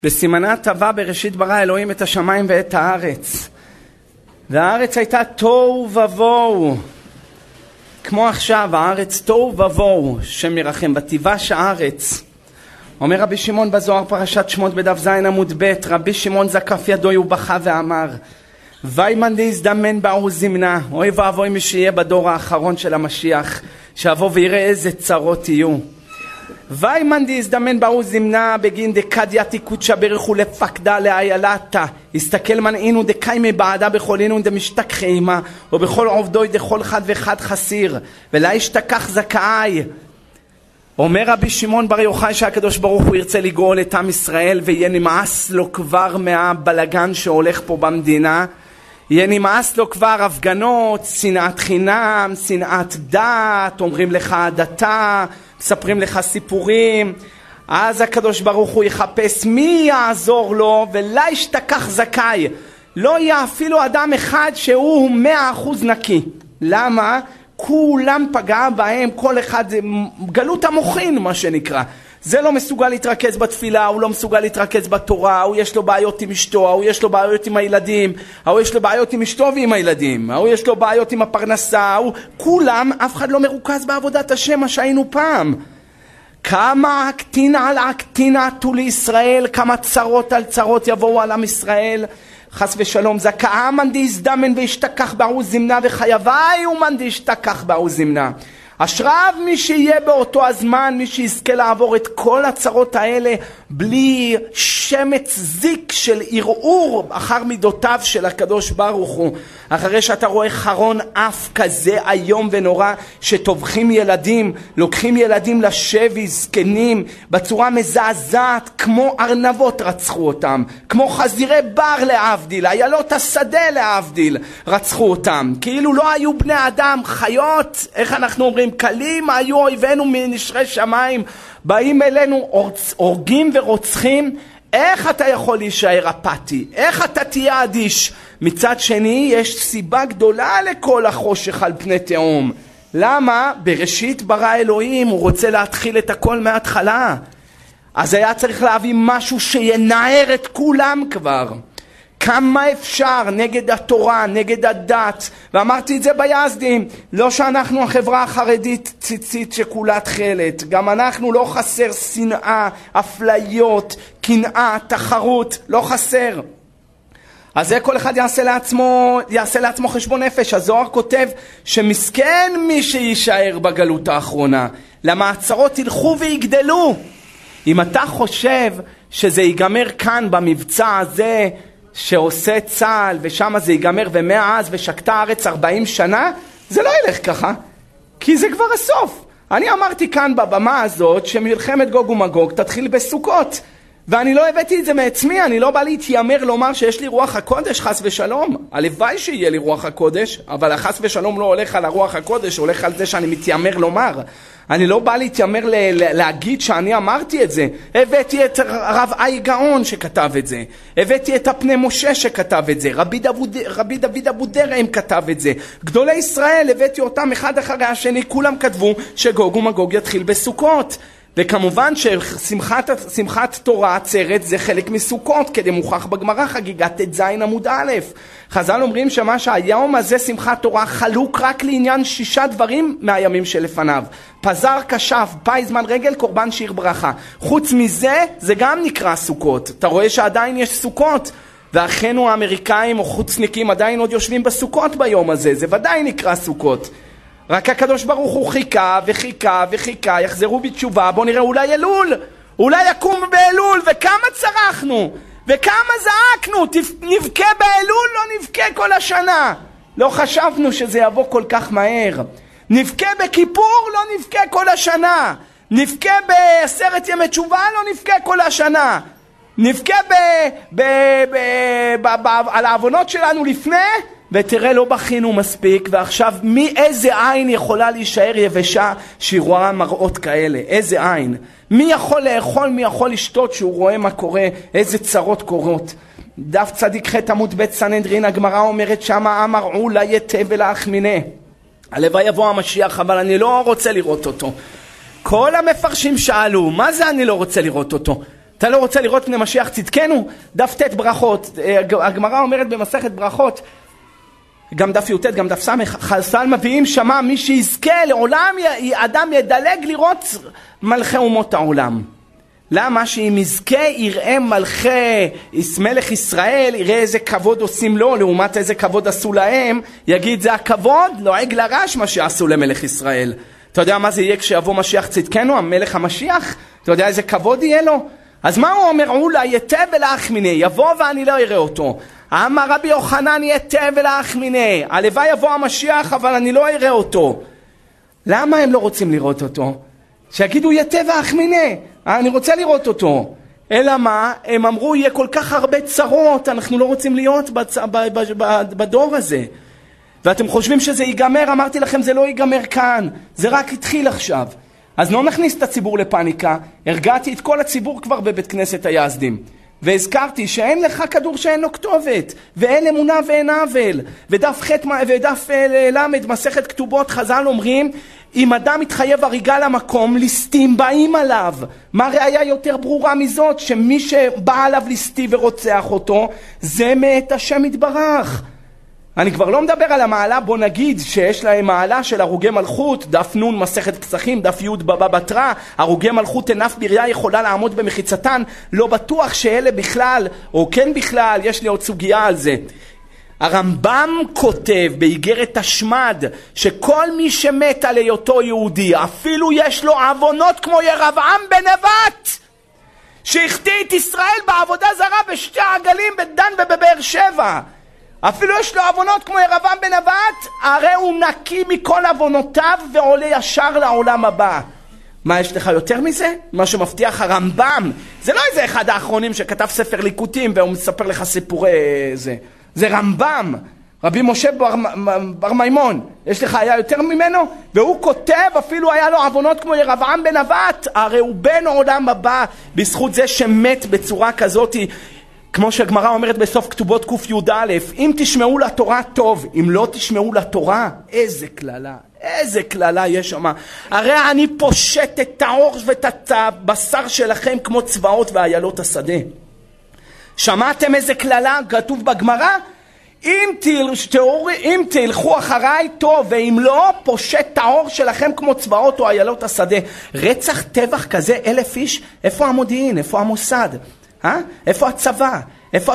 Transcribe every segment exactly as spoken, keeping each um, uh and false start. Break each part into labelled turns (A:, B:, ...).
A: בסימנה טבע בראשית ברא אלוהים את השמיים ואת הארץ, והארץ הייתה תוהו ובוהו, כמו עכשיו הארץ תוהו ובוהו, שם ירחם, ותיבש הארץ. אומר רבי שמעון בזוהר פרשת שמות בדף זין עמוד ב', רבי שמעון זקף ידו ובכה ואמר, ויימן להזדמן באו זמנה, אוי ואבוי מי שיהיה בדור האחרון של המשיח, שיבוא ויראה איזה צרות יהיו. ויימן להזדמן באו זמנה בגין דקדיה תיקודשה ברכו לפקדה לאיילתה, הסתכל מנעינו דקיימי בעדה בכלינו דמשתק חיימה, ובכל עובדוי דכל חד וחד חסיר, ולה ישתכח זכאי. אומר רבי שמעון בר יוחאי שהקדוש ברוך הוא ירצה לגאול את עם ישראל, ויהיה נמאס לו כבר מהבלגן שהולך פה במדינה, יהיה נמאס לו כבר הפגנות, שנאת חינם, שנאת דת, אומרים לך דתה, מספרים לך סיפורים. אז הקדוש ברוך הוא יחפש מי יעזור לו, ולה ישתכח זכאי. לא יהיה אפילו אדם אחד שהוא מאה אחוז נקי. למה? כולם פגע בהם, כל אחד גלות המוחין מה שנקרא. זה לא מסוגל להתרכז בתפילה, הוא לא מסוגל להתרכז בתורה, הוא יש לו בעיות עם אשתו, הוא יש לו בעיות עם הילדים, הוא יש לו בעיות עם אשתו ועם הילדים, הוא יש לו בעיות עם הפרנסה, הוא... כולם, אף אחד לא מרוכז בעבודת השם מה שהיינו פעם. כמה הקטינה על הקטינה תו לישראל, כמה צרות על צרות יבואו על עם ישראל, חס ושלום. זכאה מן דיזדמן וישתכח באו זמנה, וחייבי ומן דישתכח באו זמנה. אשריו מי שיהיה באותו הזמן, מי שיזכה לעבור את כל הצרות האלה בלי שמץ זיק של ערעור אחר מידותיו של הקדוש ברוך הוא. אחרי שאתה רואה חרון אף כזה היום ונורא, שטובחים ילדים, לוקחים ילדים לשבי, זקנים, בצורה מזעזעת, כמו ארנבות רצחו אותם, כמו חזירי בר להבדיל, איילות השדה להבדיל, רצחו אותם, כאילו לא היו בני אדם, חיות. איך אנחנו אומרים? קלים היו אויבינו מנשרי שמיים, באים אלינו הורגים ורוצחים. איך אתה יכול להישאר אפתי? איך אתה תהיה אדיש? מצד שני יש סיבה גדולה לכל החושך על פני תהום. למה? בראשית ברא אלוהים, הוא רוצה להתחיל את הכל מההתחלה, אז היה צריך להביא משהו שינער את כולם כבר. כמה אפשר נגד התורה, נגד הדת, ואמרתי את זה ביזדים, לא שאנחנו החברה החרדית ציצית שכולה תחלת, גם אנחנו לא חסר שנאה, אפליות, קנאה, תחרות, לא חסר. אז זה כל אחד יעשה לעצמו, יעשה לעצמו חשבון נפש. הזוהר כותב שמסכן מי שישאר בגלות האחרונה, למה הצרות ילכו ויגדלו. אם אתה חושב שזה ייגמר כאן במבצע הזה שעושה צהל ושם זה ייגמר ומאז ושקטה הארץ ארבעים שנה, זה לא ילך ככה, כי זה כבר הסוף. אני אמרתי כאן בבמה הזאת שמלחמת גוג ומגוג תתחיל בסוכות, ואני לא הבאתי את זה מעצמי, אני לא בא להתיימר לומר שיש לי רוח הקודש, חס ושלום. הלוואי שיהיה לי רוח הקודש, אבל החס ושלום לא הולך על הרוח הקודש, הולך על זה שאני מתיימר לומר. אני לא בא להתיימר ל- להגיד שאני אמרתי את זה. הבאתי את רב אי גאון שכתב את זה, הבאתי את הפני משה שכתב את זה, רבי דוד, רבי דוד אבו דרעם כתב את זה, גדולי ישראל הבאתי אותם אחד אחרי השני, כולם כתבו שגוג ומגוג יתחיל בסוכות. וכמובן ששמחת שמחת תורה עצרת זה חלק מסוכות, כדי מוכח בגמרא חגיגת את זין עמוד א'. חז"ל אומרים שמה שהיום הזה שמחת תורה חלוק רק לעניין שישה דברים מהימים שלפניו: פזר, כשף, פאי זמן רגל, קורבן שיר ברכה. חוץ מזה זה גם נקרא סוכות. אתה רואה שעדיין יש סוכות, ואחינו האמריקאים או חוצניקים עדיין עוד יושבים בסוכות ביום הזה, זה ודאי נקרא סוכות. רק הקדוש ברוך הוא חיכה וחיכה וחיכה, יחזרו בתשובה, בוא נראה, אולי אלול, אולי יקום באלול. וכמה צרחנו וכמה זעקנו, נבכה באלול, לא נבכה כל השנה. לא חשבנו שזה יבוא כל כך מהר. נבכה בכיפור, לא נבכה כל השנה. נבכה בעשרת ימי תשובה, לא נבכה כל השנה. נבכה ב, ב, ב, ב, ב, ב, על העוונות שלנו לפני, ותראה לא בכינו מספיק. ועכשיו מי, איזה עין יכולה להישאר יבשה שהיא רואה מראות כאלה? איזה עין? מי יכול לאכול, מי יכול לשתות שהוא רואה מה קורה, איזה צרות קורות? דף צדיק ח' עמוד ב' סנהדרין, הגמרא אומרת שמה אמרו לה יתה ולאחמינה, הלוואי יבוא המשיח אבל אני לא רוצה לראות אותו. כל המפרשים שאלו מה זה אני לא רוצה לראות אותו? אתה לא רוצה לראות פני משיח צדקנו? דף ת' ברכות. הגמרא אומרת במסכת ברכות, גם דף י"ט, גם דף ס', חז"ל מביאים שמה מי שיזכה לעולם, אדם ידלג לראות מלכי אומות העולם. למה? שאם יזכה יראה מלכי מלך ישראל, יראה איזה כבוד עושים לו לעומת איזה כבוד עשו להם, יגיד זה הכבוד, לועג לרש מה שעשו למלך ישראל. אתה יודע מה זה יהיה כשיבוא משיח צדקנו, המלך המשיח? אתה יודע איזה כבוד יהיה לו? אז מה הוא אומר? אולי יתה ולאחמיני, יבוא ואני לא אראה אותו. אמר רבי יוחנן יתה ולאחמיני, הלוואי יבוא המשיח אבל אני לא אראה אותו. למה הם לא רוצים לראות אותו? שיגידו יתה ואחמיני, אני רוצה לראות אותו. אלא מה? הם אמרו יהיה כל כך הרבה צרות, אנחנו לא רוצים להיות בצ... בדור הזה. ואתם חושבים שזה ייגמר? אמרתי לכם זה לא ייגמר כאן, זה רק התחיל עכשיו. אז לא נכניס את הציבור לפאניקה. הרגעתי את כל הציבור כבר בבית כנסת היזדים, והזכרתי שאין לך כדור שאין לו כתובת, ואין אמונה ואין עוול. ודף חתמה ודף למד מסכת כתובות חז"ל אומרים, אם אדם מתחייב הריגה למקום, ליסטים באים עליו. מה ראיה יותר ברורה מזאת? שמי שבא עליו ליסטי ורוצח אותו, זה מאת השם יתברך. אני כבר לא מדבר על המעלה, בוא נגיד שיש להם מעלה של הרוגי מלכות, דף נון מסכת פסחים, דף י' בבא בתרא, הרוגי מלכות ענף בריה יכולה לעמוד במחיצתן, לא בטוח שאלה בכלל, או כן בכלל, יש לי עוד סוגיה על זה. הרמב"ם כותב באיגרת השמד, שכל מי שמת על היותו יהודי, אפילו יש לו עוונות כמו ירבעם בן נבט, שהחטיא את ישראל בעבודה זרה בשתי עגלים בדן ובבאר שבע, אפילו יש לו עוונות כמו ירבעם בן נבט, הרי הוא נקי מכל עוונותיו ועולה ישר לעולם הבא. מה יש לך יותר מזה? מה שמבטיח הרמב"ם, זה לא איזה אחד האחרונים שכתב ספר ליקוטים והוא מספר לך סיפורי זה, זה רמב"ם, רבי משה בר, בר מימון, יש לך היה יותר ממנו? והוא כותב אפילו היה לו עוונות כמו ירבעם בן נבט, הרי הוא בן עולם הבא בזכות זה שמת בצורה כזאת. כמו שהגמרא אומרת בסוף כתובות ק"יא, אם תשמעו לתורה טוב, אם לא תשמעו לתורה, איזה כללה, איזה כללה יש שם. הרי אני פושט את העור ואת הבשר שלכם כמו צבאות ואיילות השדה. שמעתם איזה כללה? כתוב בגמרא, אם, תל... אם תלכו אחריי טוב, ואם לא, פושט את העור שלכם כמו צבאות או איילות השדה. רצח טבח כזה, אלף איש, איפה המודיעין? איפה המוסד? אה? איפה הצבא? איפה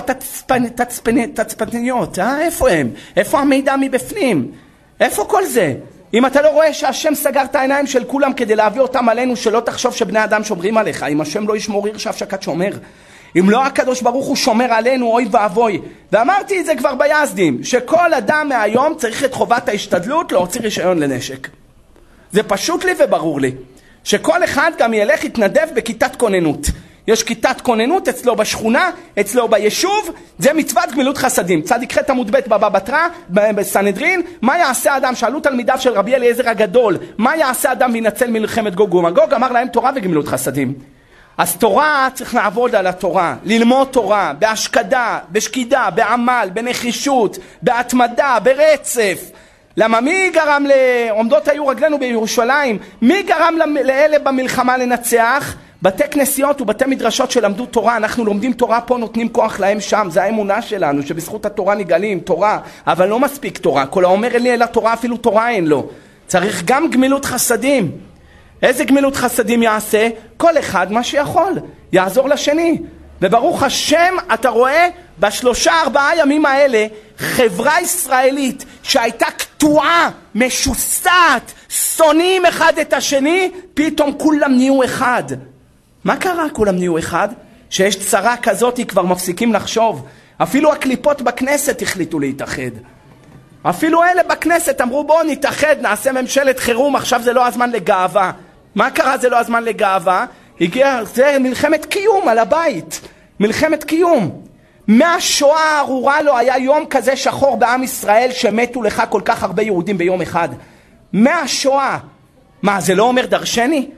A: התצפניות? אה? איפה הם? איפה המידע מבפנים? איפה כל זה? אם אתה לא רואה שהשם סגר את העיניים של כולם כדי להביא אותם עלינו, שלא תחשוב שבני אדם שומרים עליך. אם השם לא ישמור עיר שאפשקת שומר. אם לא הקדוש ברוך הוא שומר עלינו, אוי ואבוי. ואמרתי את זה כבר ביזדים, שכל אדם מהיום צריך את חובת ההשתדלות להוציא רישיון לנשק. זה פשוט לי וברור לי. שכל אחד גם ילך יתנדב בכיתת כוננות. יש כיתת כוננות אצלו בשכונה, אצלו ביישוב, זה מצוות גמילות חסדים. צדיק ח' עמוד ב' בבא בתרא, בסנהדרין, מה יעשה אדם? שאלו תלמידיו של רבי אליעזר הגדול, מה יעשה אדם וינצל מלחמת גוג ומגוג? אמר להם תורה וגמילות חסדים. אז תורה צריך לעבוד על התורה, ללמוד תורה, בהשקדה, בשקידה, בעמל, בנחישות, בהתמדה, ברצף. למה מי גרם לעומדות היו רגלינו בירושלים? מי גרם לאלה במלחמה לנצח? בתי כנסיות ובתי מדרשות שלמדו תורה. אנחנו לומדים תורה פה, נותנים כוח להם שם. זה האמונה שלנו, שבזכות התורה נגלים תורה, אבל לא מספיק תורה. כל האומר אלי אל התורה, אפילו תורה אין לו. צריך גם גמילות חסדים. איזה גמילות חסדים יעשה? כל אחד מה שיכול, יעזור לשני. וברוך השם, אתה רואה בשלושה ארבעה ימים האלה חברה ישראלית שהייתה קטועה, משוסעת, שונאים אחד את השני, פתאום כולם נהיו אחד. מה קרה כולם נהיו אחד? שיש צרה כזאת כבר מפסיקים לחשוב. אפילו הקליפות בכנסת החליטו להתאחד. אפילו אלה בכנסת אמרו בואו נתאחד, נעשה ממשלת חירום, עכשיו זה לא הזמן לגאווה. מה קרה זה לא הזמן לגאווה? הגיע, זה מלחמת קיום על הבית. מלחמת קיום. מהשואה הארורה לא היה יום כזה שחור בעם ישראל שמתו לך כל כך הרבה יהודים ביום אחד. מהשואה. מה, זה לא אומר דרשני?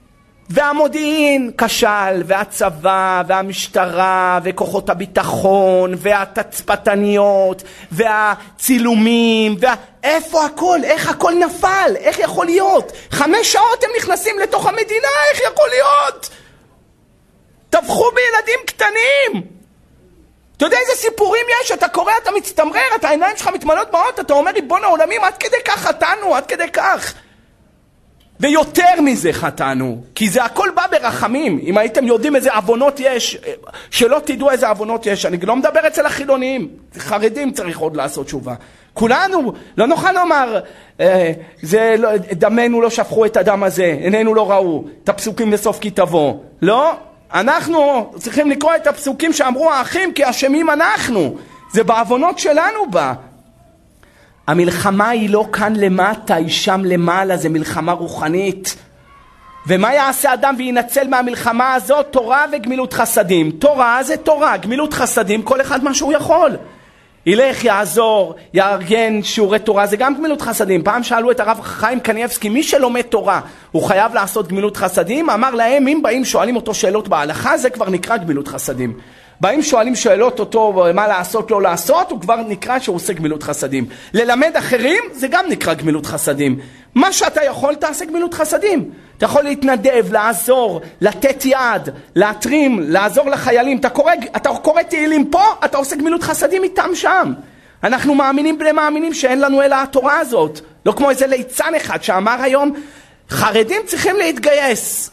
A: והמודיעין כשל, והצבא, והמשטרה, וכוחות הביטחון, והתצפתניות, והצילומים, וה... איפה הכל? איך הכל נפל? איך יכול להיות? חמש שעות הם נכנסים לתוך המדינה, איך יכול להיות? טבחו בילדים קטנים. אתה יודע איזה סיפורים יש? אתה קורא, אתה מצטמרר, אתה העיניים שלך מתמלאות באות, אתה אומר, ריבון העולמים, עד כדי כך חטאנו, עד כדי כך. ויותר מזה חטאנו, כי זה הכל בא ברחמים. אם הייתם יודעים איזה אבונות יש, שלא תדעו איזה אבונות יש. אני לא מדבר אצל החילוניים, חרדים צריך עוד לעשות תשובה. כולנו, לא נוכל לומר, אה, זה, לא, דמנו לא שפכו את הדם הזה, עינינו לא ראו, את הפסוקים בסוף כי תבוא. לא, אנחנו צריכים לקרוא את הפסוקים שאמרו האחים, כי אשמים אנחנו. זה באבונות שלנו בא. המלחמה היא לא כאן למטה, היא שם למעלה, זה מלחמה רוחנית. ומה יעשה אדם וינצל מהמלחמה הזאת? תורה וגמילות חסדים. תורה זה תורה, גמילות חסדים, כל אחד מה שהוא יכול. ילך, יעזור, יארגן שיעורי תורה, זה גם גמילות חסדים. פעם שאלו את הרב חיים קניאבסקי, מי שלומד תורה, הוא חייב לעשות גמילות חסדים? אמר להם, אם באים שואלים אותו שאלות בהלכה, זה כבר נקרא גמילות חסדים. באים שואלים שאלות אותו מה לעשות, לא לעשות, הוא כבר נקרא שהוא עושה גמילות חסדים. ללמד אחרים, זה גם נקרא גמילות חסדים. מה שאתה יכול, תעשה גמילות חסדים. אתה יכול להתנדב, לעזור, לתת יד, להתרים, לעזור לחיילים. אתה קורא, אתה קורא תהילים פה, אתה עושה גמילות חסדים איתם שם. אנחנו מאמינים בני מאמינים שאין לנו אלא התורה הזאת. לא כמו איזה ליצן אחד שאמר היום, חרדים צריכים להתגייס.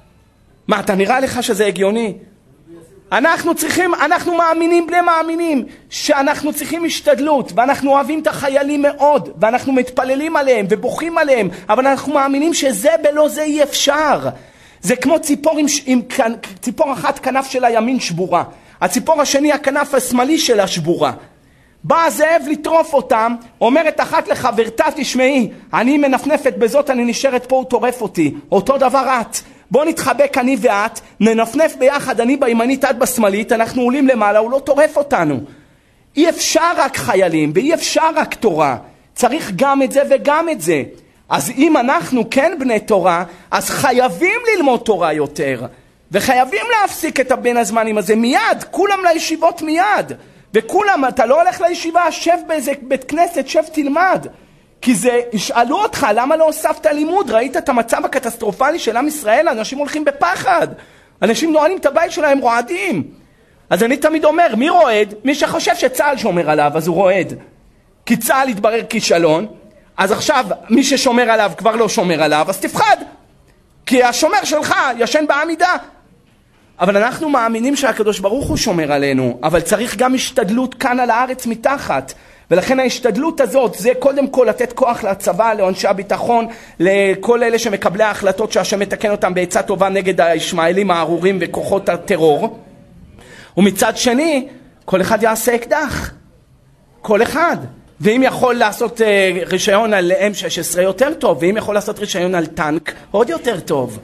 A: מה, אתה נראה לך שזה הגיוני? אנחנו צריכים, אנחנו מאמינים בני מאמינים שאנחנו צריכים השתדלות, ואנחנו אוהבים את החיילים מאוד, ואנחנו מתפללים עליהם ובוכים עליהם, אבל אנחנו מאמינים שזה בלא זה אי אפשר. זה כמו ציפור עם, עם ציפור אחת כנף של הימין שבורה, הציפור השני הכנף השמאלי שלה שבורה. בא הזאב לטרוף אותם, אומרת אחת לחברתה, תשמעי, אני מנפנפת בזאת, אני נשארת פה, הוא טורף אותי. אותו דבר את. בוא נתחבק אני ואת, ננפנף ביחד, אני בימנית, את בשמאלית, אנחנו עולים למעלה, הוא לא טורף אותנו. אי אפשר רק חיילים, ואי אפשר רק תורה. צריך גם את זה וגם את זה. אז אם אנחנו כן בני תורה, אז חייבים ללמוד תורה יותר. וחייבים להפסיק את הבין הזמנים הזה מיד, כולם לישיבות מיד. וכולם, אתה לא הולך לישיבה, שב באיזה בית כנסת, שב תלמד. כי זה, ישאלו אותך, למה לא הוספת לימוד? ראית את המצב הקטסטרופלי של עם ישראל? אנשים הולכים בפחד. אנשים נועלים את הבית שלהם, רועדים. אז אני תמיד אומר, מי רועד? מי שחושב שצהל שומר עליו, אז הוא רועד. כי צהל יתברר כישלון, אז עכשיו מי ששומר עליו כבר לא שומר עליו, אז תפחד. כי השומר שלך ישן בעמידה. אבל אנחנו מאמינים שהקדוש ברוך הוא שומר עלינו, אבל צריך גם השתדלות כאן על הארץ מתחת. ולכן ההשתדלות הזאת זה קודם כל לתת כוח לצבא, לאנשי הביטחון, לכל אלה שמקבלי ההחלטות שהשם מתקן אותם בעצה טובה נגד הישמעאלים הארורים וכוחות הטרור. ומצד שני, כל אחד יעשה אקדח. כל אחד. ואם יכול לעשות רישיון על אם שש עשרה יותר טוב, ואם יכול לעשות רישיון על טנק עוד יותר טוב.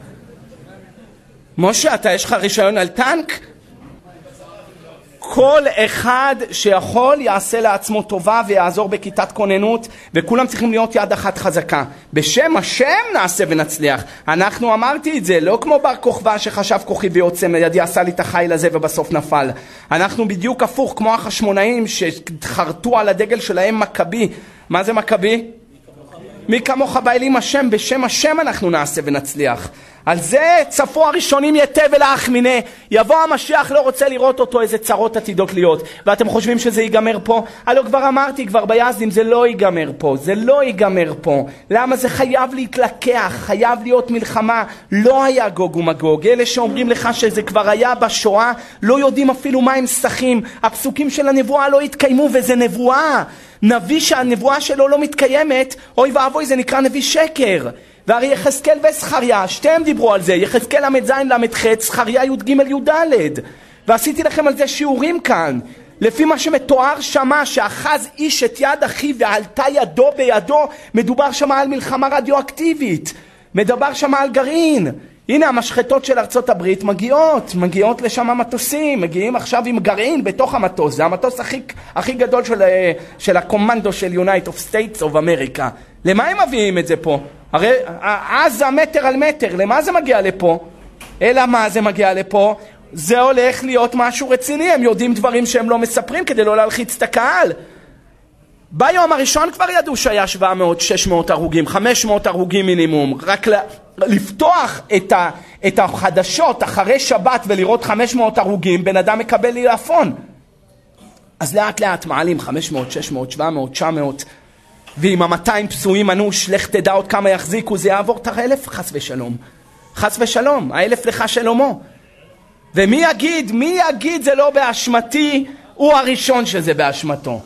A: משה, אתה יש לך רישיון על טנק? כל אחד שיכול יעשה לעצמו טובה ויעזור בכיתת כוננות, וכולם צריכים להיות יד אחת חזקה. בשם השם נעשה ונצליח. אנחנו אמרתי את זה, לא כמו בר כוכבא שחשב כוחי ויוצא מידי, עשה לי את החיל הזה ובסוף נפל. אנחנו בדיוק הפוך, כמו החשמונאים שחרטו על הדגל שלהם מכבי. מה זה מכבי? מי כמוך באלים השם, בשם השם אנחנו נעשה ונצליח. על זה צפו הראשונים יתה ולאחמינה, יבוא המשיח, לא רוצה לראות אותו, איזה צרות עתידות להיות. ואתם חושבים שזה ייגמר פה? הלא כבר אמרתי, כבר ביזדים, זה לא ייגמר פה, זה לא ייגמר פה. למה? זה חייב להתלקח, חייב להיות מלחמה. לא היה גוג ומגוג. אלה שאומרים לך שזה כבר היה בשואה, לא יודעים אפילו מה הם שחים. הפסוקים של הנבואה לא התקיימו, וזה נבואה. נביא שהנבואה שלו לא מתקיימת, אוי ואבוי, זה נקרא נביא שקר. והרי יחזקאל וזכריה, שתיהם דיברו על זה, יחזקאל למד זין למד ח', זכריה י' ג' י' ד'. ועשיתי לכם על זה שיעורים כאן. לפי מה שמתואר שמה, שאחז איש את יד אחיו ועלתה ידו בידו, מדובר שמה על מלחמה רדיואקטיבית. מדובר שמה על גרעין. הנה המשחטות של ארצות הברית מגיעות, מגיעות לשם המטוסים, מגיעים עכשיו עם גרעין בתוך המטוס. זה המטוס הכי, הכי גדול של, של הקומנדו של United States of America. למה הם מביאים את זה פה? הרי עזה מטר על מטר, למה זה מגיע לפה? אלא מה זה מגיע לפה? זה הולך להיות משהו רציני, הם יודעים דברים שהם לא מספרים כדי לא להלחיץ את הקהל. ביום הראשון כבר ידעו שהיה שבע מאות שש מאות הרוגים, חמש מאות הרוגים מינימום, רק לפתוח את, ה, את החדשות אחרי שבת ולראות חמש מאות הרוגים, בן אדם מקבל לעפון. אז לאט לאט מעלים חמש מאות, שש מאות, שבע מאות, תשע מאות, ועם ה-מאתיים פצועים אנוש, לך תדע עוד כמה יחזיקו, זה יעבור את האלף, חס ושלום. חס ושלום, האלף לך שלומו. ומי יגיד, מי יגיד זה לא באשמתי, הוא הראשון שזה באשמתו.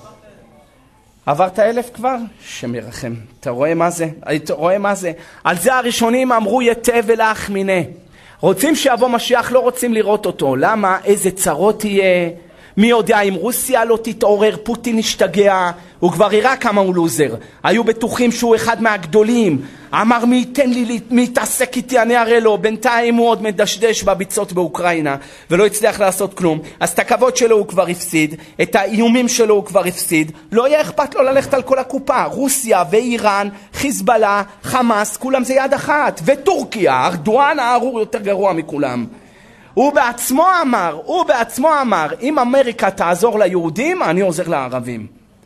A: עברת אלף כבר? שמרחם. אתה רואה מה זה? אתה רואה מה זה? על זה הראשונים אמרו יתה ולאח מיני. רוצים שיבוא משיח, לא רוצים לראות אותו. למה? איזה צרות תהיה? מי יודע אם רוסיה לא תתעורר, פוטין ישתגע, הוא כבר יראה כמה הוא לוזר. היו בטוחים שהוא אחד מהגדולים. אמר מי ייתן לי, מי יתעסק איתי, אני אראה לו. בינתיים הוא עוד מדשדש בביצות באוקראינה, ולא הצליח לעשות כלום. אז את הכבוד שלו הוא כבר הפסיד, את האיומים שלו הוא כבר הפסיד. לא יהיה אכפת לו ללכת על כל הקופה. רוסיה ואיראן, חיזבאללה, חמאס, כולם זה יד אחת. וטורקיה, ארדואן הארור יותר גרוע מכולם. הוא בעצמו אמר, הוא בעצמו אמר, אם אמריקה תעזור ליהודים, אני עוזר לערבים.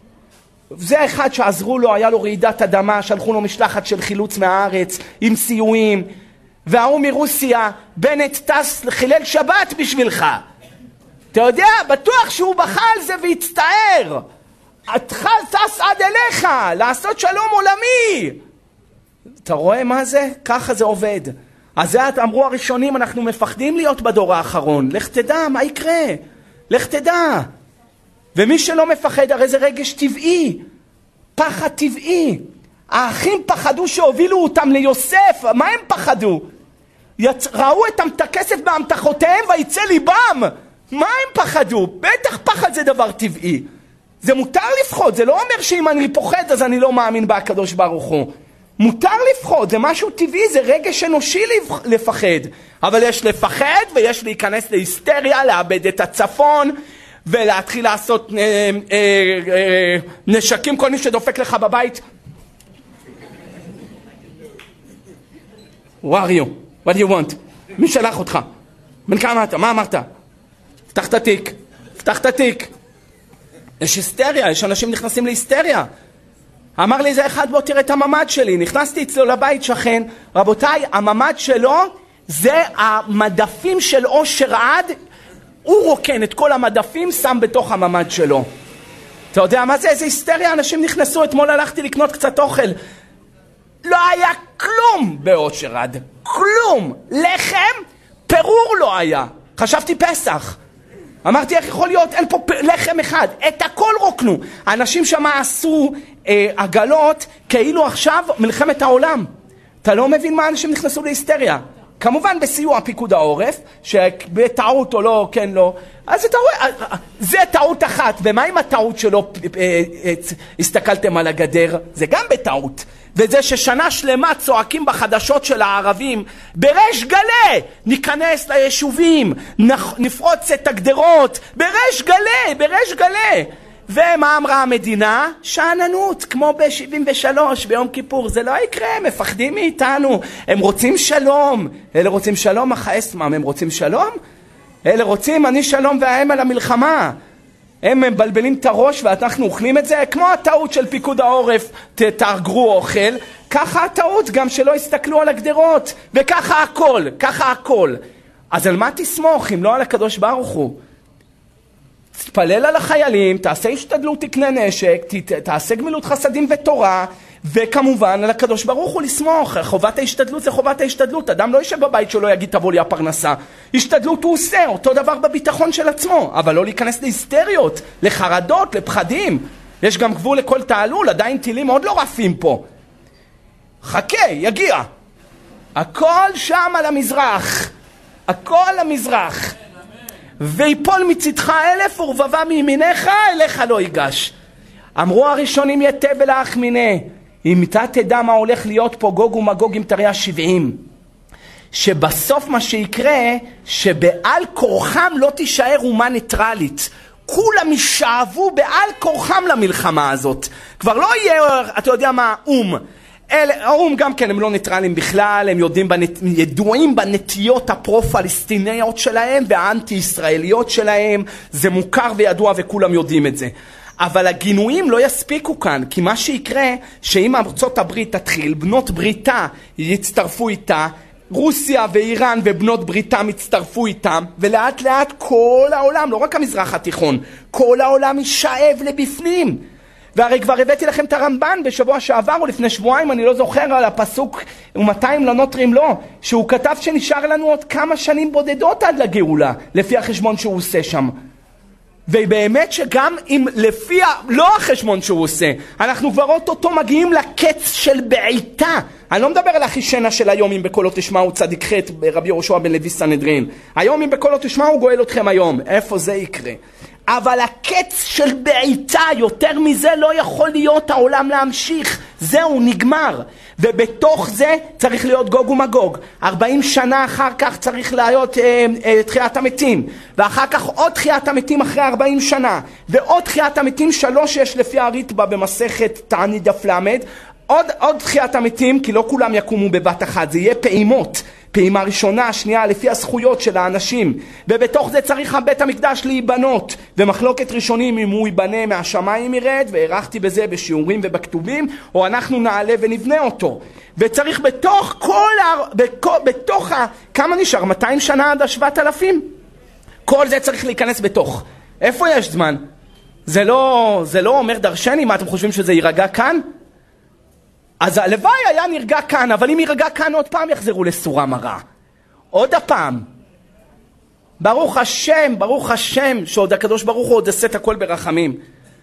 A: זה אחד שעזרו לו, היה לו רעידת אדמה, שלחו לו משלחת של חילוץ מהארץ, עם סיועים, והוא מרוסיה, בנט טס חילל שבת בשבילך. אתה יודע, בטוח שהוא בכה על זה והצטער. התחל טס עד אליך, לעשות שלום עולמי. אתה רואה מה זה? ככה זה עובד. אז זה אמרו הראשונים, אנחנו מפחדים להיות בדור האחרון. לך תדע, מה יקרה? לך תדע. ומי שלא מפחד, הרי זה רגש טבעי. פחד טבעי. האחים פחדו שהובילו אותם ליוסף. מה הם פחדו? יצ... ראו את הכסף באמתחותיהם ויצא ליבם. מה הם פחדו? בטח פחד זה דבר טבעי. זה מותר לפחוד. זה לא אומר שאם אני פוחד אז אני לא מאמין בהקדוש ברוך הוא. מותר לפחוד, זה משהו טבעי, זה רגש אנושי לפחד. אבל יש לפחד ויש להיכנס להיסטריה, לאבד את הצפון, ולהתחיל לעשות אה, אה, אה, נשקים, כל מי שדופק לך בבית. Who are you? What do you want? מי שלח אותך? בן כמה אתה? מה אמרת? פתח את התיק, פתח את התיק. יש היסטריה, יש אנשים נכנסים להיסטריה. אמר לי זה אחד, בוא תראה את הממד שלי. נכנסתי אצלו לבית שכן. רבותיי, הממד שלו זה המדפים של אושר עד. הוא רוקן את כל המדפים, שם בתוך הממד שלו. אתה יודע מה זה? איזה היסטריה, אנשים נכנסו. אתמול הלכתי לקנות קצת אוכל. לא היה כלום באושר עד. כלום. לחם, פירור לא היה. חשבתי פסח. אמרתי, איך יכול להיות? אין פה לחם אחד. את הכל רוקנו. האנשים שם עשו אה, עגלות כאילו עכשיו מלחמת העולם. אתה לא מבין מה אנשים נכנסו להיסטריה. כמובן בסיוע פיקוד העורף, שבטעות או לא, כן לא. אז אתה רואה, זה טעות אחת. ומה עם הטעות שלא אה, אה, הסתכלתם על הגדר? זה גם בטעות. וזה ששנה שלמה צועקים בחדשות של הערבים, בריש גלי ניכנס ליישובים, נפרוץ את הגדרות, בריש גלי, בריש גלי. ומה אמרה המדינה? שעננות, כמו ב-שבעים ושלוש ביום כיפור. זה לא יקרה, הם מפחדים מאיתנו, הם רוצים שלום. אלה רוצים שלום, אחס מה, הם רוצים שלום? אלה רוצים אני שלום וההם על המלחמה. הם מבלבלים את הראש ואנחנו אוכלים את זה, כמו הטעות של פיקוד העורף, תארגרו אוכל, ככה הטעות גם שלא הסתכלו על הגדרות, וככה הכל, ככה הכל. אז על מה תסמוך אם לא על הקדוש ברוך הוא? תתפלל על החיילים, תעשה השתדלות, תקנה נשק, תעשה גמילות חסדים ותורה, וכמובן על הקדוש ברוך הוא לסמוך. חובת ההשתדלות זה חובת ההשתדלות. אדם לא ישב בבית שלו יגיד תבוא לי הפרנסה. השתדלות הוא עושה, אותו דבר בביטחון של עצמו, אבל לא להיכנס להיסטריות, לחרדות, לפחדים. יש גם גבול לכל תעלול, עדיין טילים עוד לא רפים פה. חכה, יגיע. הכל שם על המזרח, הכל למזרח. ויפול מצדך אלף ורבבה מימינך, אליך לא ייגש. אמרו הראשונים יתה ולאח מיני. אם אתה תדע מה הולך להיות פה גוג ומגוג עם תריה שבעים, שבסוף מה שיקרה, שבעל כורחם לא תישאר אומה ניטרלית. כולם ישאבו בעל כורחם למלחמה הזאת. כבר לא יהיה, אתה יודע מה, אום. האום גם כן הם לא ניטרלים בכלל, הם יודעים בנט... ידועים בנטיות הפרו-פלסטיניות שלהם והאנטי-ישראליות שלהם. זה מוכר וידוע וכולם יודעים את זה. אבל הגינויים לא יספיקו כאן, כי מה שיקרה, שאם ארצות הברית תתחיל, בנות בריתה יצטרפו איתה, רוסיה ואיראן ובנות בריתם הצטרפו איתם, ולאט לאט כל העולם, לא רק המזרח התיכון, כל העולם יישאב לבפנים. והרי כבר הבאתי לכם את הרמב"ן בשבוע שעבר או לפני שבועיים, אני לא זוכר, על הפסוק ומאתיים לא נותרים לו, שהוא כתב שנשאר לנו עוד כמה שנים בודדות עד לגאולה, לפי החשבון שהוא עושה שם. ובאמת שגם אם לפי לא החשבון שהוא עושה, אנחנו כבר אותו מגיעים לקץ של בעיטה. אני לא מדבר על החישנה של היום, אם בקולו תשמעו צדיק ח' רבי יהושע בן לוי סנהדרין. היום אם בקולו תשמעו גואל אתכם היום. איפה זה יקרה? אבל הקץ של בעיטה, יותר מזה לא יכול להיות העולם להמשיך. זהו, נגמר. ובתוך זה צריך להיות גוג ומגוג. ארבעים שנה אחר כך צריך להיות אה, אה, תחיית המתים. ואחר כך עוד תחיית המתים אחרי ארבעים שנה. ועוד תחיית המתים שלוש יש לפי הריטב"א במסכת תענית דף למד. עוד, עוד תחיית המתים, כי לא כולם יקומו בבת אחת. זה יהיה פעימות. פעימה ראשונה, שנייה, לפי הזכויות של האנשים. ובתוך זה צריך בית המקדש להיבנות. ומחלוקת ראשונים אם הוא ייבנה מהשמיים ירד, והערכתי בזה בשיעורים ובכתובים, או אנחנו נעלה ונבנה אותו. וצריך בתוך כל, בתוך, בתוך ה... כמה נשאר? מאתיים שנה עד השבעת אלפים? כל זה צריך להיכנס בתוך. איפה יש זמן? זה לא, זה לא אומר דרשני, מה אתם חושבים שזה יירגע כאן? אז הלוואי היה נרגע כאן, אבל אם ירגע כאן עוד פעם יחזרו לסורה מרה. עוד הפעם. ברוך השם, ברוך השם, שעוד הקדוש ברוך הוא עוד עשה את הכל ברחמים.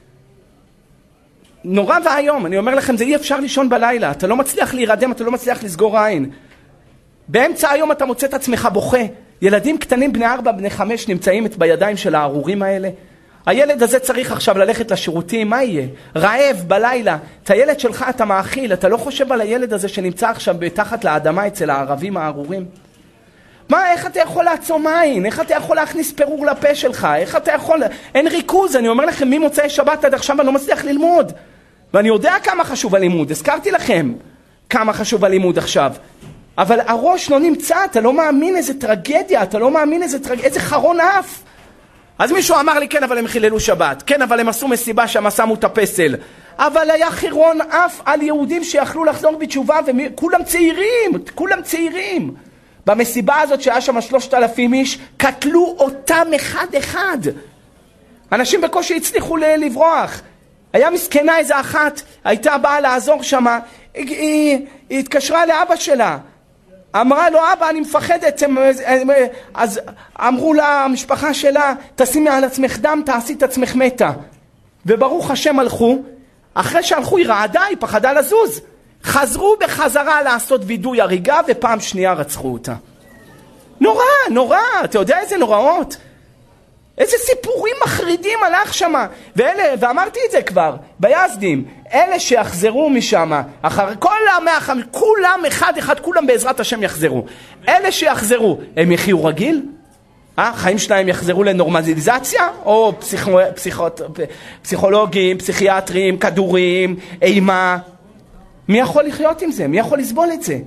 A: נורא והיום, אני אומר לכם, זה אי אפשר לישון בלילה. אתה לא מצליח להירדם, אתה לא מצליח לסגור עין. באמצע היום אתה מוצא את עצמך בוכה. ילדים קטנים בני ארבע, בני חמש נמצאים בידיים של הארורים האלה. הילד הזה צריך עכשיו ללכת לשירותים, מה יהיה? רעב בלילה. את הילד שלך אתה מאכיל, אתה לא חושב על הילד הזה שנמצא עכשיו בתחת לאדמה אצל הערבים הארורים? מה, איך אתה יכול לעצום עין? איך אתה יכול להכניס פירור לפה שלך? איך אתה יכול... אין ריכוז, אני אומר לכם, ממוצאי שבת עד עכשיו אני לא מצליח ללמוד. ואני יודע כמה חשוב הלימוד, הזכרתי לכם כמה חשוב הלימוד עכשיו. אבל הראש לא נמצא, אתה לא מאמין איזה טרגדיה, אתה לא מאמין איזה, טרג... איזה חרון אף. אז מישהו אמר לי, כן, אבל הם חיללו שבת. כן, אבל הם עשו מסיבה שם, שמו את הפסל. אבל היה חירון אף על יהודים שיכלו לחזור בתשובה, וכולם צעירים, כולם צעירים. במסיבה הזאת שהיה שם שלושת אלפים איש, קטלו אותם אחד אחד. אנשים בקושי הצליחו לברוח. היה מסכנה איזה אחת, הייתה באה לעזור שם, היא, היא, היא התקשרה לאבא שלה. אמרה לו, אבא, אני מפחדת. אז אמרו לה, המשפחה שלה, תשימי על עצמך דם, תעשי את עצמך מתה. וברוך השם הלכו. אחרי שהלכו היא רעדה, היא פחדה לזוז. חזרו בחזרה לעשות וידוי הריגה, ופעם שנייה רצחו אותה. נורא, נורא. אתה יודע איזה נוראות? איזה סיפורים מחרידים הלך שמה. ואלה, ואמרתי את זה כבר, ביזדים, אלה שיחזרו משם, אחר כל המאה, כולם אחד אחד, כולם בעזרת השם יחזרו. אלה שיחזרו, הם יחיו רגיל? אה? חיים שלהם יחזרו לנורמליזציה? או פסיכו, פסיכות, פסיכולוגים, פסיכיאטרים, כדורים, אימה? מי יכול לחיות עם זה? מי יכול לסבול את זה?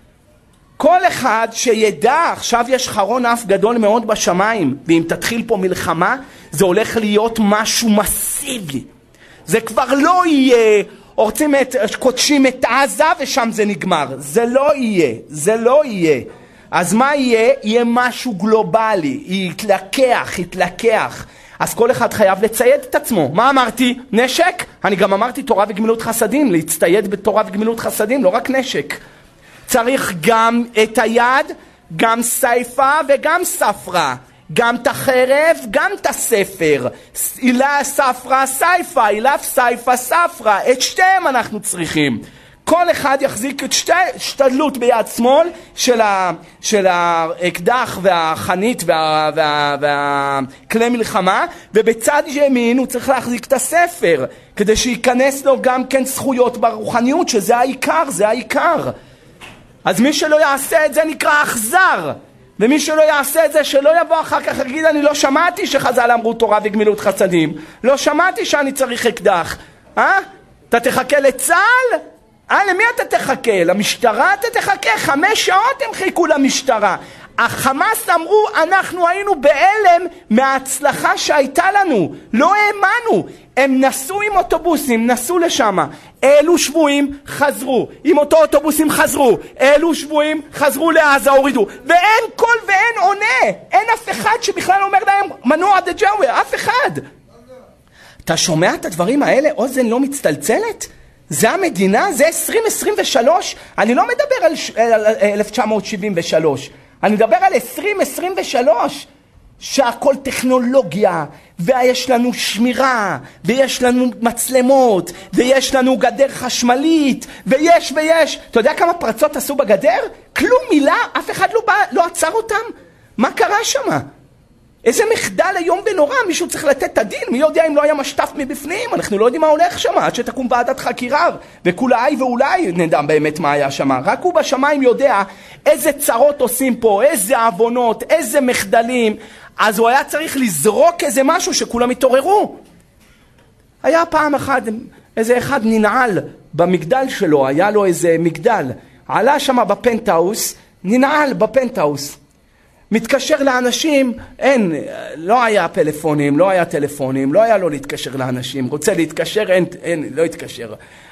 A: כל אחד שידע, עכשיו יש חרון אף גדול מאוד בשמיים, ואם תתחיל פה מלחמה, זה הולך להיות משהו מסיבי. זה כבר לא יהיה, רוצים את, קודשים את עזה ושם זה נגמר. זה לא יהיה, זה לא יהיה. אז מה יהיה? יהיה משהו גלובלי, יתלקח, יתלקח. אז כל אחד חייב לצייד את עצמו. מה אמרתי? נשק? אני גם אמרתי תורה וגמילות חסדים, להצטייד בתורה וגמילות חסדים, לא רק נשק. צריך גם את היד, גם סייפה וגם ספרה. גם את החרב, גם את הספר. אילה ספרה סייפה, אילף סייפה ספרה. את שתיהם אנחנו צריכים. כל אחד יחזיק את שתי שתדלות ביד שמאל של, ה, של האקדח והחנית וה, וה, והכלי מלחמה, ובצד ימין הוא צריך להחזיק את הספר, כדי שיכנס לו גם כן זכויות ברוחניות, שזה העיקר, זה העיקר. אז מי שלא יעשה את זה נקרא אכזר, ומי שלא יעשה את זה שלא יבוא אחר כך להגיד, אני לא שמעתי שחז"ל אמרו תורה וגמילות חסדים, לא שמעתי שאני צריך אקדח. אה? אתה תחכה לצה"ל? אה, למי אתה תחכה? למשטרה אתה תחכה? חמש שעות הם חיכו למשטרה. החמאס אמרו, אנחנו היינו בהלם מההצלחה שהייתה לנו, לא האמנו. הם נסעו עם אוטובוסים, נסעו לשם, העלו שבועים, חזרו, עם אותו אוטובוסים חזרו, העלו שבועים, חזרו לעזה, הורידו, ואין קול ואין עונה, אין אף אחד שבכלל אומר להם מנוע דג'אווה, אף אחד. אתה שומע את הדברים האלה? אוזן לא מצטלצלת? זה המדינה? זה עשרים עשרים ושלוש? אני לא מדבר על, ש... על אלף תשע מאות שבעים ושלוש, אני מדבר על עשרים עשרים ושלוש, שהכל טכנולוגיה, ויש לנו שמירה, ויש לנו מצלמות, ויש לנו גדר חשמלית, ויש ויש. אתה יודע כמה פרצות עשו בגדר? כלום, מילה, אף אחד לא, בא, לא עצר אותם. מה קרה שם? איזה מחדל היום ונורא, מישהו צריך לתת את הדין, מי יודע אם לא היה משטף מבפנים, אנחנו לא יודעים מה הולך שם, עד שתקום ועדת חקירה, וכולי ואולי נדע באמת מה היה שם, רק הוא בשמיים יודע איזה צרות עושים פה, איזה עוונות, איזה מחדלים, אז הוא היה צריך לזרוק איזה משהו שכולם התעוררו. היה פעם אחת, איזה אחד ננעל במגדל שלו, היה לו איזה מגדל, עלה שם בפנטהאוס, ננעל בפנטהאוס, מתקשר לאנשים, אין, לא היה פלאפונים, לא היה טלפונים, לא היה לו להתקשר לאנשים, רוצה להתקשר, אין, אין, לא התקשר.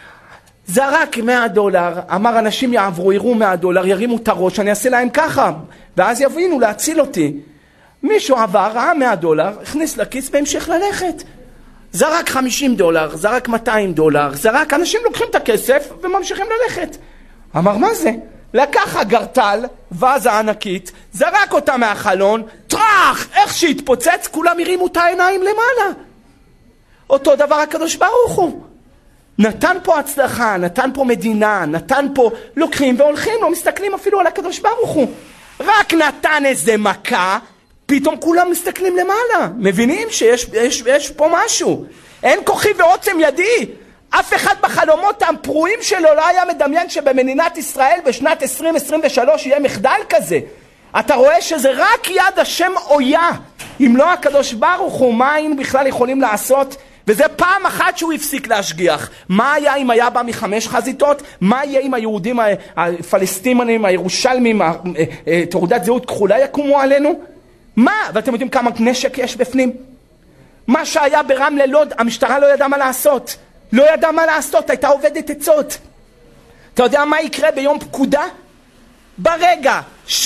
A: זרק מאה דולר, אמר אנשים יעברו, יראו מאה דולר, ירימו את הראש, אני אעשה להם ככה, ואז יבינו להציל אותי. מישהו עבר, ראה מאה דולר, הכניס לכיס והמשיך ללכת. זרק חמישים דולר, זרק מאתיים דולר, זרק, אנשים לוקחים את הכסף וממשיכים ללכת. אמר, מה זה? לקח הגרטל, וזה ענקית, זרק אותה מהחלון, טרח, איך שהתפוצץ, כולם הרימו את העיניים למעלה. אותו דבר הקדוש ברוך הוא. נתן פה הצלחה, נתן פה מדינה, נתן פה, לוקחים והולכים, לא מסתכלים אפילו על הקדוש ברוך הוא. רק נתן איזה מכה, פתאום כולם מסתכלים למעלה. מבינים שיש יש, יש פה משהו. אין כוחי ועוצם ידי. אף אחד בחלומות הפרועים שלו לא היה מדמיין שבמדינת ישראל בשנת עשרים עשרים ושלוש יהיה מחדל כזה. אתה רואה שזה רק יד השם אויה. אם לא הקדוש ברוך הוא, מה היינו בכלל יכולים לעשות? וזה פעם אחת שהוא הפסיק להשגיח. מה היה אם היה בא מחמש חזיתות? מה יהיה אם היהודים הפלסטינים, הירושלמים, תעודת זהות כחולה יקומו עלינו? מה? ואתם יודעים כמה נשק יש בפנים? מה שהיה ברמלה לוד, המשטרה לא ידעה מה לעשות. לא ידע מה לעשות, הייתה עובדת עצות. אתה יודע מה יקרה ביום פקודה? ברגע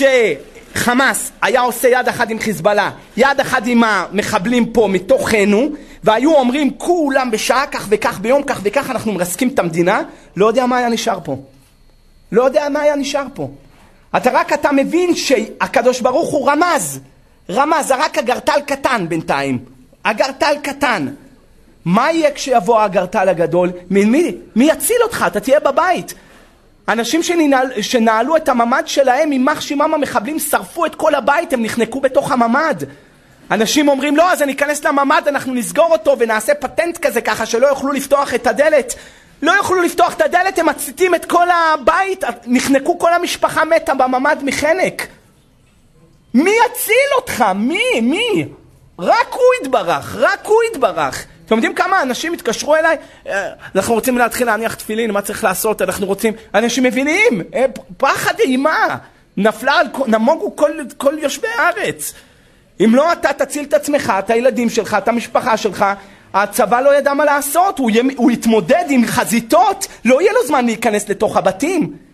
A: שחמאס היה עושה יד אחד עם חיזבאללה, יד אחד עם המחבלים פה מתוכנו, והיו אומרים כולם בשעה כך וכך, ביום כך וכך אנחנו מרסקים את המדינה, לא יודע מה היה נשאר פה. לא יודע מה היה נשאר פה. אתה רק אתה מבין שהקדוש ברוך הוא רמז, רמז, רק הגרטל קטן בינתיים. הגרטל קטן. מה יהיה כשיבוא הגרטל הגדול? מי, מי, מי יציל אותך? אתה תהיה בבית. אנשים שנעל, שנעלו את הממד שלהם, ממח שמם המחבלים שרפו את כל הבית, הם נחנקו בתוך הממד. אנשים אומרים, לא, אז אני אכנס לממד, אנחנו נסגור אותו ונעשה פטנט כזה ככה שלא יוכלו לפתוח את הדלת. לא יוכלו לפתוח את הדלת, הם מציתים את כל הבית, נחנקו, כל המשפחה מתה בממד מחנק. מי יציל אותך? מי? מי? רק הוא יתברך, רק הוא יתברך. אתם יודעים כמה אנשים התקשרו אליי? אנחנו רוצים להתחיל להניח תפילין, מה צריך לעשות? אנחנו רוצים... אנשים מבינים, פחד אימה. נפלה על... נמוגו כל, כל יושבי הארץ. אם לא אתה תציל את עצמך, את הילדים שלך, את המשפחה שלך, הצבא לא ידע מה לעשות. הוא, י... הוא יתמודד עם חזיתות, לא יהיה לו זמן להיכנס לתוך הבתים.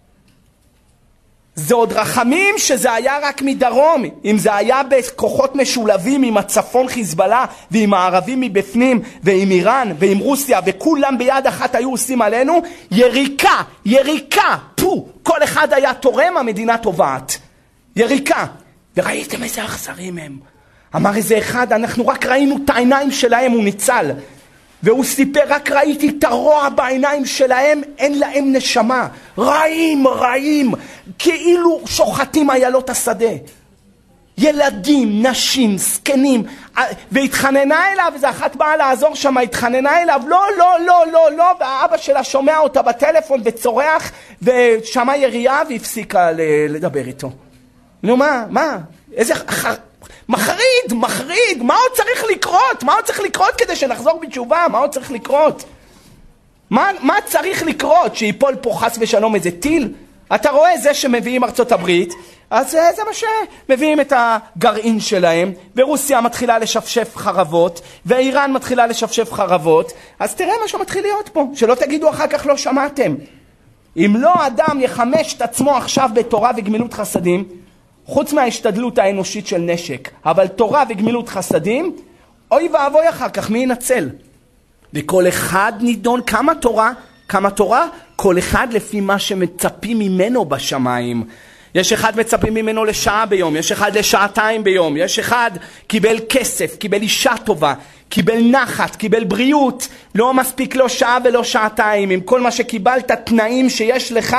A: זה עוד רחמים שזה היה רק מדרום. אם זה היה בכוחות משולבים עם הצפון חיזבאללה ועם הערבים מבפנים ועם איראן ועם רוסיה וכולם ביד אחת היו עושים עלינו יריקה, יריקה, פו, כל אחד היה תורם, המדינה טובעת. יריקה. וראיתם איזה אכזרים הם. אמר איזה אחד, אנחנו רק ראינו את העיניים שלהם, הוא ניצל. והוא סיפר, רק ראיתי את הרוע בעיניים שלהם, אין להם נשמה. רעים, רעים, כאילו שוחטים איילות השדה. ילדים, נשים, זקנים, והתחננה אליו, איזו אחת באה לעזור שם, התחננה אליו, לא, לא, לא, לא, לא, והאבא שלה שומע אותה בטלפון וצורח, ושמע יריעה והפסיקה לדבר איתו. נו מה, מה? איזה... מחריד, מחריד, מה עוד צריך לקרות? מה עוד צריך לקרות כדי שנחזור בתשובה? מה עוד צריך לקרות? מה, מה צריך לקרות? שיפול פה חס ושלום איזה טיל? אתה רואה זה שמביאים ארצות הברית, אז זה מה שמביאים את הגרעין שלהם, ורוסיה מתחילה לשפשף חרבות, ואיראן מתחילה לשפשף חרבות, אז תראה מה שמתחיל להיות פה, שלא תגידו אחר כך לא שמעתם. אם לא אדם יחמש את עצמו עכשיו בתורה וגמילות חסדים, חוץ מההשתדלות האנושית של נשק, אבל תורה וגמילות חסדים, אוי ואבוי אחר כך, מי ינצל? וכל אחד נידון, כמה תורה? כמה תורה? כל אחד לפי מה שמצפים ממנו בשמיים. יש אחד מצפים ממנו לשעה ביום, יש אחד לשעתיים ביום, יש אחד קיבל כסף, קיבל אישה טובה, קיבל נחת, קיבל בריאות, לא מספיק לו שעה ולא שעתיים, עם כל מה שקיבלת תנאים שיש לך,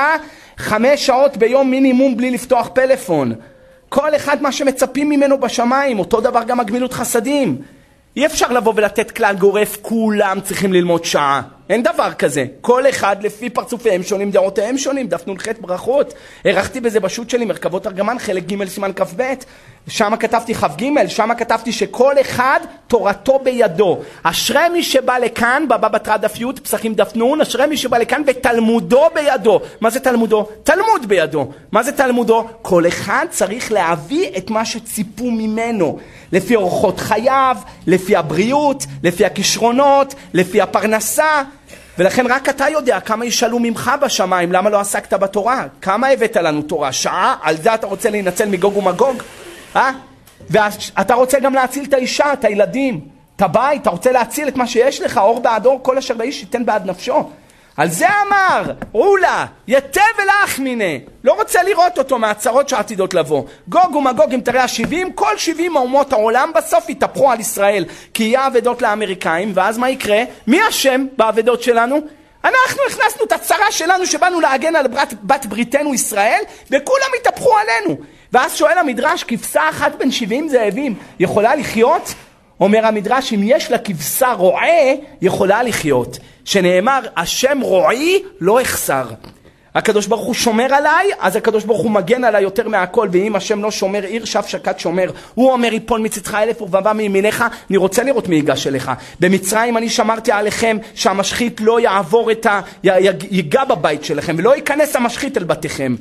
A: חמש שעות ביום מינימום בלי לפתוח פלאפון. כל אחד מה שמצפים ממנו בשמיים, אותו דבר גם הגמילות חסדים. אי אפשר לבוא ולתת כלל גורף, כולם צריכים ללמוד שעה. אין דבר כזה. כל אחד לפי פרצופיהם שונים, דעותיהם שונים, דף נ"ח ברכות. ערכתי בזה בשו"ת שלי, מרכבות ארגמן, חלק ג' סימן כ"ב. שם כתבתי כ"ג, שם כתבתי שכל אחד תורתו בידו. אשרי מי שבא לכאן, בבא בתרא דף י' פסחים דף נ', אשרי מי שבא לכאן ותלמודו בידו. מה זה תלמודו? תלמוד בידו. מה זה תלמודו? כל אחד צריך להביא את מה שציפו ממנו. לפי אורחות חייו, לפי הבריאות, לפי הכישרונות, לפי הפרנסה. ולכן רק אתה יודע כמה ישאלו ממך בשמיים, למה לא עסקת בתורה? כמה הבאת לנו תורה? שעה? על זה אתה רוצה להינצל מגוג ומגוג? אה? ואתה רוצה גם להציל את האישה, את הילדים, את הבית, אתה רוצה להציל את מה שיש לך, אור בעד אור, כל אשר באיש ייתן בעד נפשו. על זה אמר, אולה, יתה ולך מיני. לא רוצה לראות אותו מהצרות שעתידות לבוא. גוג ומגוג אם תראה השבעים, כל שבעים אומות העולם בסוף יתהפכו על ישראל. כי יהיה עבדות לאמריקאים, ואז מה יקרה? מי אשם בעבדות שלנו? אנחנו הכנסנו את הצרה שלנו שבאנו להגן על בת, בת בריתנו ישראל, וכולם יתהפכו עלינו. ואז שואל המדרש, כבשה אחת בין שבעים זאבים, יכולה לחיות? אומר המדרש, אם יש לה כבשה רועה, יכולה לחיות. שנאמר, השם רועי לא יחסר. הקדוש ברוך הוא שומר עליי, אז הקדוש ברוך הוא מגן עליי יותר מהכל, ואם השם לא שומר עיר, שב שקד שומר. הוא אומר, יפול מצדך אלף ורבבה מימינך, אני רוצה לראות מי ייגש אליך. במצרים אני שמרתי עליכם, שהמשחית לא יעבור את ה... ייגע בבית שלכם, ולא ייכנס המשחית אל בתיכם.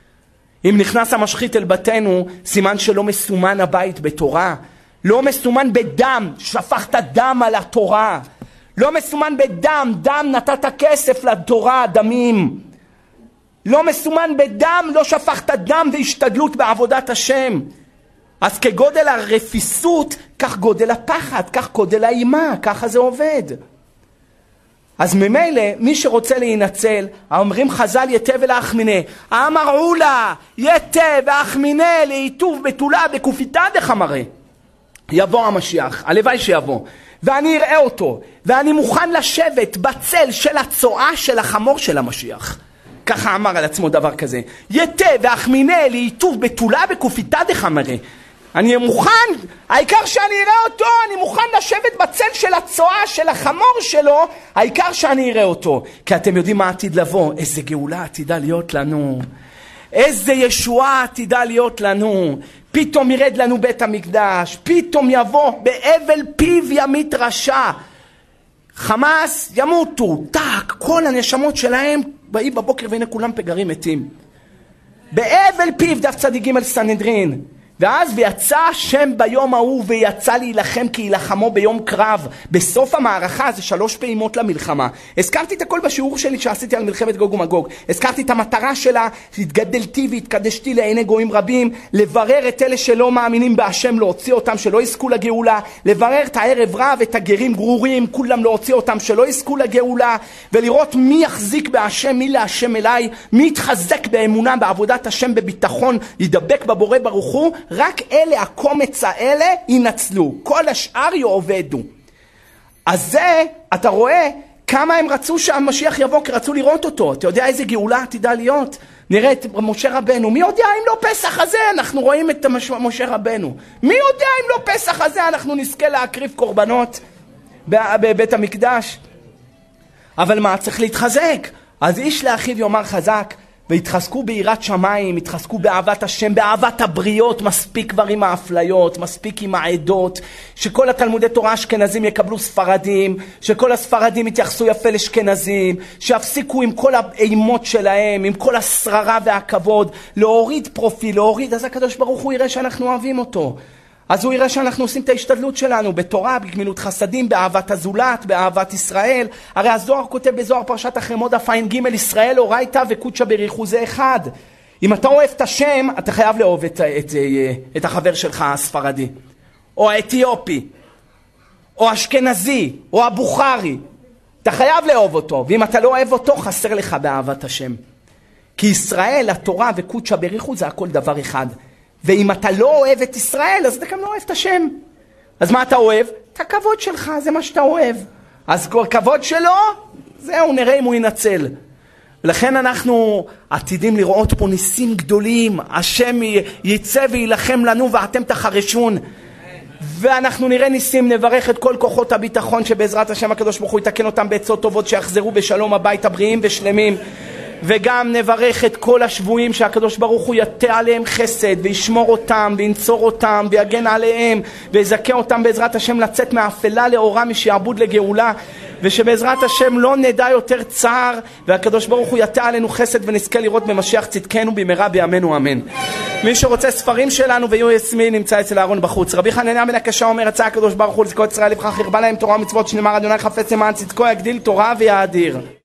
A: אם נכנס המשחית אל בתינו, סימן שלא מסומן הבית בתורה. לא מסומן בדם, שפכת דם על התורה. לא מסומן בדם, דם נתת כסף לתורה, דמים. לא מסומן בדם, לא שפכת דם והשתדלות בעבודת השם. אז כגודל הרפיסות, כך גודל הפחד, כך גודל האימה, ככה זה עובד. אז ממילא, מי שרוצה להינצל, אומרים חז"ל יתה ולאחמינה. אמרו לה, יתה ואחמינה לעיטוב בתולה בקופיתא דחמרא. יבוא המשיח, הלוואי שיבוא, ואני אראה אותו, ואני מוכן לשבת בצל של הצועה של החמור של המשיח. ככה אמר על עצמו דבר כזה. יתה ואחמינה לעיטוב בתולה בקופיתא דחמרא. אני מוכן, העיקר שאני אראה אותו, אני מוכן לשבת בצל של הצועה של החמור שלו, העיקר שאני אראה אותו. כי אתם יודעים מה עתיד לבוא, איזה גאולה עתידה להיות לנו, איזה ישועה עתידה להיות לנו. פתאום ירד לנו בית המקדש, פתאום יבוא באבל פיו ימית רשע. חמאס ימותו, טק, כל הנשמות שלהם באי בבוקר והנה כולם פגרים מתים. באבל פיו דף צדיק ג' סנהדרין. ואז ויצא השם ביום ההוא ויצא להילחם כי ילחמו ביום קרב. בסוף המערכה זה שלוש פעימות למלחמה. הזכרתי את הכל בשיעור שלי שעשיתי על מלחמת גוג ומגוג. הזכרתי את המטרה שלה, התגדלתי והתקדשתי לעיני גויים רבים, לברר את אלה שלא מאמינים בהשם, להוציא אותם שלא יזכו לגאולה, לברר את הערב רב, את הגרים גרורים, כולם להוציא אותם שלא יזכו לגאולה, ולראות מי יחזיק בהשם, מי להשם אליי, מי יתחזק באמונה, בעבודת השם, בביטחון, ידבק בבורא ברוך הוא. רק אלה, הקומץ האלה, ינצלו. כל השאר יעובדו. אז זה, אתה רואה כמה הם רצו שהמשיח יבוא, כי רצו לראות אותו. אתה יודע איזה גאולה עתידה להיות? נראה את משה רבנו. מי יודע אם לא פסח הזה אנחנו רואים את משה רבנו? מי יודע אם לא פסח הזה אנחנו נזכה להקריב קורבנות בבית המקדש? אבל מה? צריך להתחזק. אז איש לאחיו יאמר חזק, והתחזקו ביראת שמיים, התחזקו באהבת השם, באהבת הבריות. מספיק כבר עם האפליות, מספיק עם העדות, שכל התלמודי תורה אשכנזים יקבלו ספרדים, שכל הספרדים יתייחסו יפה לאשכנזים, שיפסיקו עם כל האימות שלהם, עם כל השררה והכבוד, להוריד פרופיל, להוריד. אז הקדוש ברוך הוא יראה שאנחנו אוהבים אותו, אז הוא יראה שאנחנו עושים את ההשתדלות שלנו בתורה, בגמילות חסדים, באהבת הזולת, באהבת ישראל. הרי הזוהר כותב בזוהר פרשת אחרי מות דף ע"ג, ישראל אורייתא וקודשא בריחו זה אחד. אם אתה אוהב את השם, אתה חייב לאהוב את, את, את החבר שלך הספרדי, או האתיופי, או האשכנזי, או הבוכרי. אתה חייב לאהוב אותו, ואם אתה לא אוהב אותו, חסר לך באהבת השם. כי ישראל, התורה וקודשא בריחו זה הכל דבר אחד. ואם אתה לא אוהב את ישראל, אז אתה גם לא אוהב את השם. אז מה אתה אוהב? את הכבוד שלך, זה מה שאתה אוהב. אז הכבוד שלו, זהו, נראה אם הוא ינצל. לכן אנחנו עתידים לראות פה ניסים גדולים. השם ייצא וילחם לנו ואתם תחרשון. ואנחנו נראה ניסים, נברך את כל כוחות הביטחון שבעזרת השם הקדוש ברוך הוא יתקן אותם בעצות טובות, שיחזרו בשלום הביתה בריאים ושלמים. וגם נברך את כל השבויים שהקדוש ברוך הוא יתה עליהם חסד וישמור אותם וינצור אותם ויגן עליהם ויזכה אותם בעזרת השם לצאת מאפלה לאורה, משעבוד לגאולה, ושבעזרת השם לא נדע יותר צער, והקדוש ברוך הוא יתה עלינו חסד ונזכה לראות במשיח צדקנו במהרה בימינו אמן. מי שרוצה ספרים שלנו ויהיו יסמין נמצא אצל אהרון בחוץ. רבי חנניה בן הקשה אומר, רצה הקדוש ברוך הוא לזכות ישראל לבחר, הרבה להם תורה ומצוות, שנאמר אדוני חפץ למען צדקו, יגדיל תורה ויאדיר.